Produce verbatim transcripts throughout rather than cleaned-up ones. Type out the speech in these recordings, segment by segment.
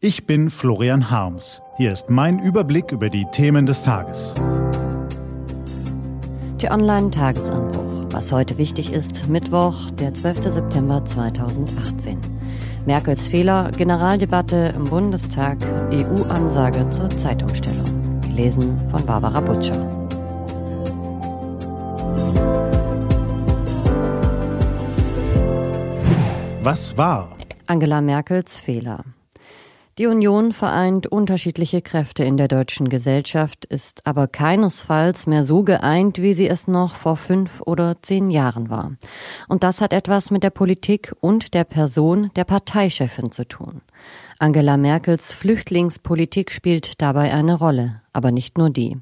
Ich bin Florian Harms. Hier ist mein Überblick über die Themen des Tages. T-Online-Tagesanbruch. Was heute wichtig ist, Mittwoch, der zwölfte September zweitausendachtzehn. Merkels Fehler, Generaldebatte im Bundestag, E U-Ansage zur Zeitumstellung. Gelesen von Barbara Butcher. Was war? Angela Merkels Fehler. Die Union vereint unterschiedliche Kräfte in der deutschen Gesellschaft, ist aber keinesfalls mehr so geeint, wie sie es noch vor fünf oder zehn Jahren war. Und das hat etwas mit der Politik und der Person der Parteichefin zu tun. Angela Merkels Flüchtlingspolitik spielt dabei eine Rolle, aber nicht nur die.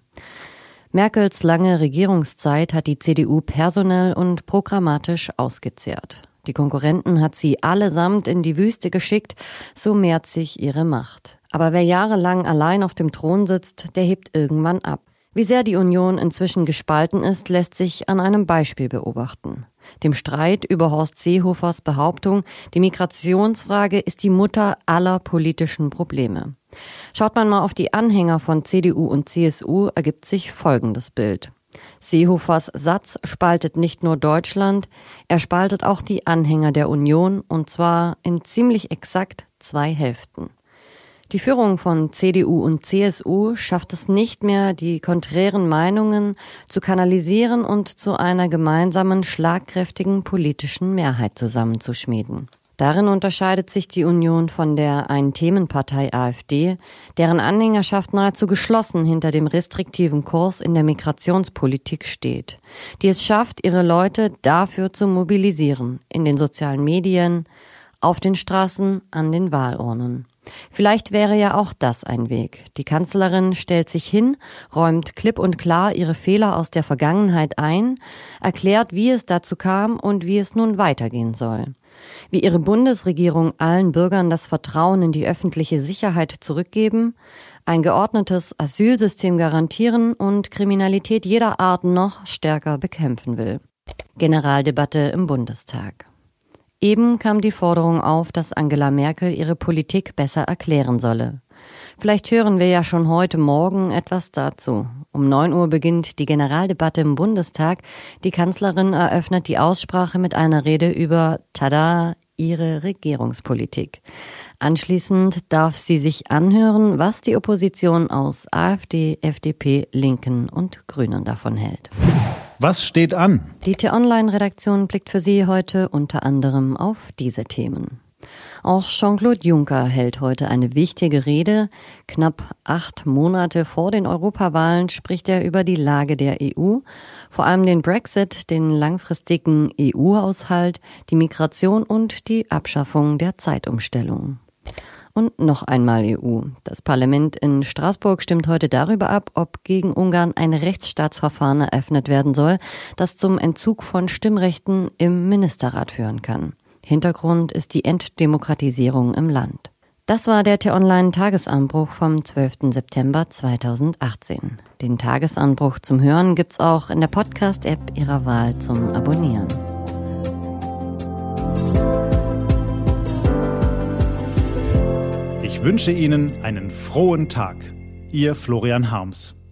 Merkels lange Regierungszeit hat die C D U personell und programmatisch ausgezehrt. Die Konkurrenten hat sie allesamt in die Wüste geschickt, so mehrt sich ihre Macht. Aber wer jahrelang allein auf dem Thron sitzt, der hebt irgendwann ab. Wie sehr die Union inzwischen gespalten ist, lässt sich an einem Beispiel beobachten. Dem Streit über Horst Seehofers Behauptung, die Migrationsfrage ist die Mutter aller politischen Probleme. Schaut man mal auf die Anhänger von C D U und C S U, ergibt sich folgendes Bild. Seehofers Satz spaltet nicht nur Deutschland, er spaltet auch die Anhänger der Union, und zwar in ziemlich exakt zwei Hälften. Die Führung von C D U und C S U schafft es nicht mehr, die konträren Meinungen zu kanalisieren und zu einer gemeinsamen, schlagkräftigen politischen Mehrheit zusammenzuschmieden. Darin unterscheidet sich die Union von der Ein-Themen-Partei AfD, deren Anhängerschaft nahezu geschlossen hinter dem restriktiven Kurs in der Migrationspolitik steht, die es schafft, ihre Leute dafür zu mobilisieren, in den sozialen Medien, auf den Straßen, an den Wahlurnen. Vielleicht wäre ja auch das ein Weg. Die Kanzlerin stellt sich hin, räumt klipp und klar ihre Fehler aus der Vergangenheit ein, erklärt, wie es dazu kam und wie es nun weitergehen soll. Wie ihre Bundesregierung allen Bürgern das Vertrauen in die öffentliche Sicherheit zurückgeben, ein geordnetes Asylsystem garantieren und Kriminalität jeder Art noch stärker bekämpfen will. Generaldebatte im Bundestag. Eben kam die Forderung auf, dass Angela Merkel ihre Politik besser erklären solle. Vielleicht hören wir ja schon heute Morgen etwas dazu. Um neun Uhr beginnt die Generaldebatte im Bundestag. Die Kanzlerin eröffnet die Aussprache mit einer Rede über, tada, ihre Regierungspolitik. Anschließend darf sie sich anhören, was die Opposition aus AfD, F D P, Linken und Grünen davon hält. Was steht an? Die T-Online-Redaktion blickt für Sie heute unter anderem auf diese Themen. Auch Jean-Claude Juncker hält heute eine wichtige Rede. Knapp acht Monate vor den Europawahlen spricht er über die Lage der E U, vor allem den Brexit, den langfristigen E U-Haushalt, die Migration und die Abschaffung der Zeitumstellung. Und noch einmal E U. Das Parlament in Straßburg stimmt heute darüber ab, ob gegen Ungarn ein Rechtsstaatsverfahren eröffnet werden soll, das zum Entzug von Stimmrechten im Ministerrat führen kann. Hintergrund ist die Entdemokratisierung im Land. Das war der T-Online-Tagesanbruch vom zwölften September zweitausendachtzehn. Den Tagesanbruch zum Hören gibt's auch in der Podcast-App Ihrer Wahl zum Abonnieren. Ich wünsche Ihnen einen frohen Tag. Ihr Florian Harms.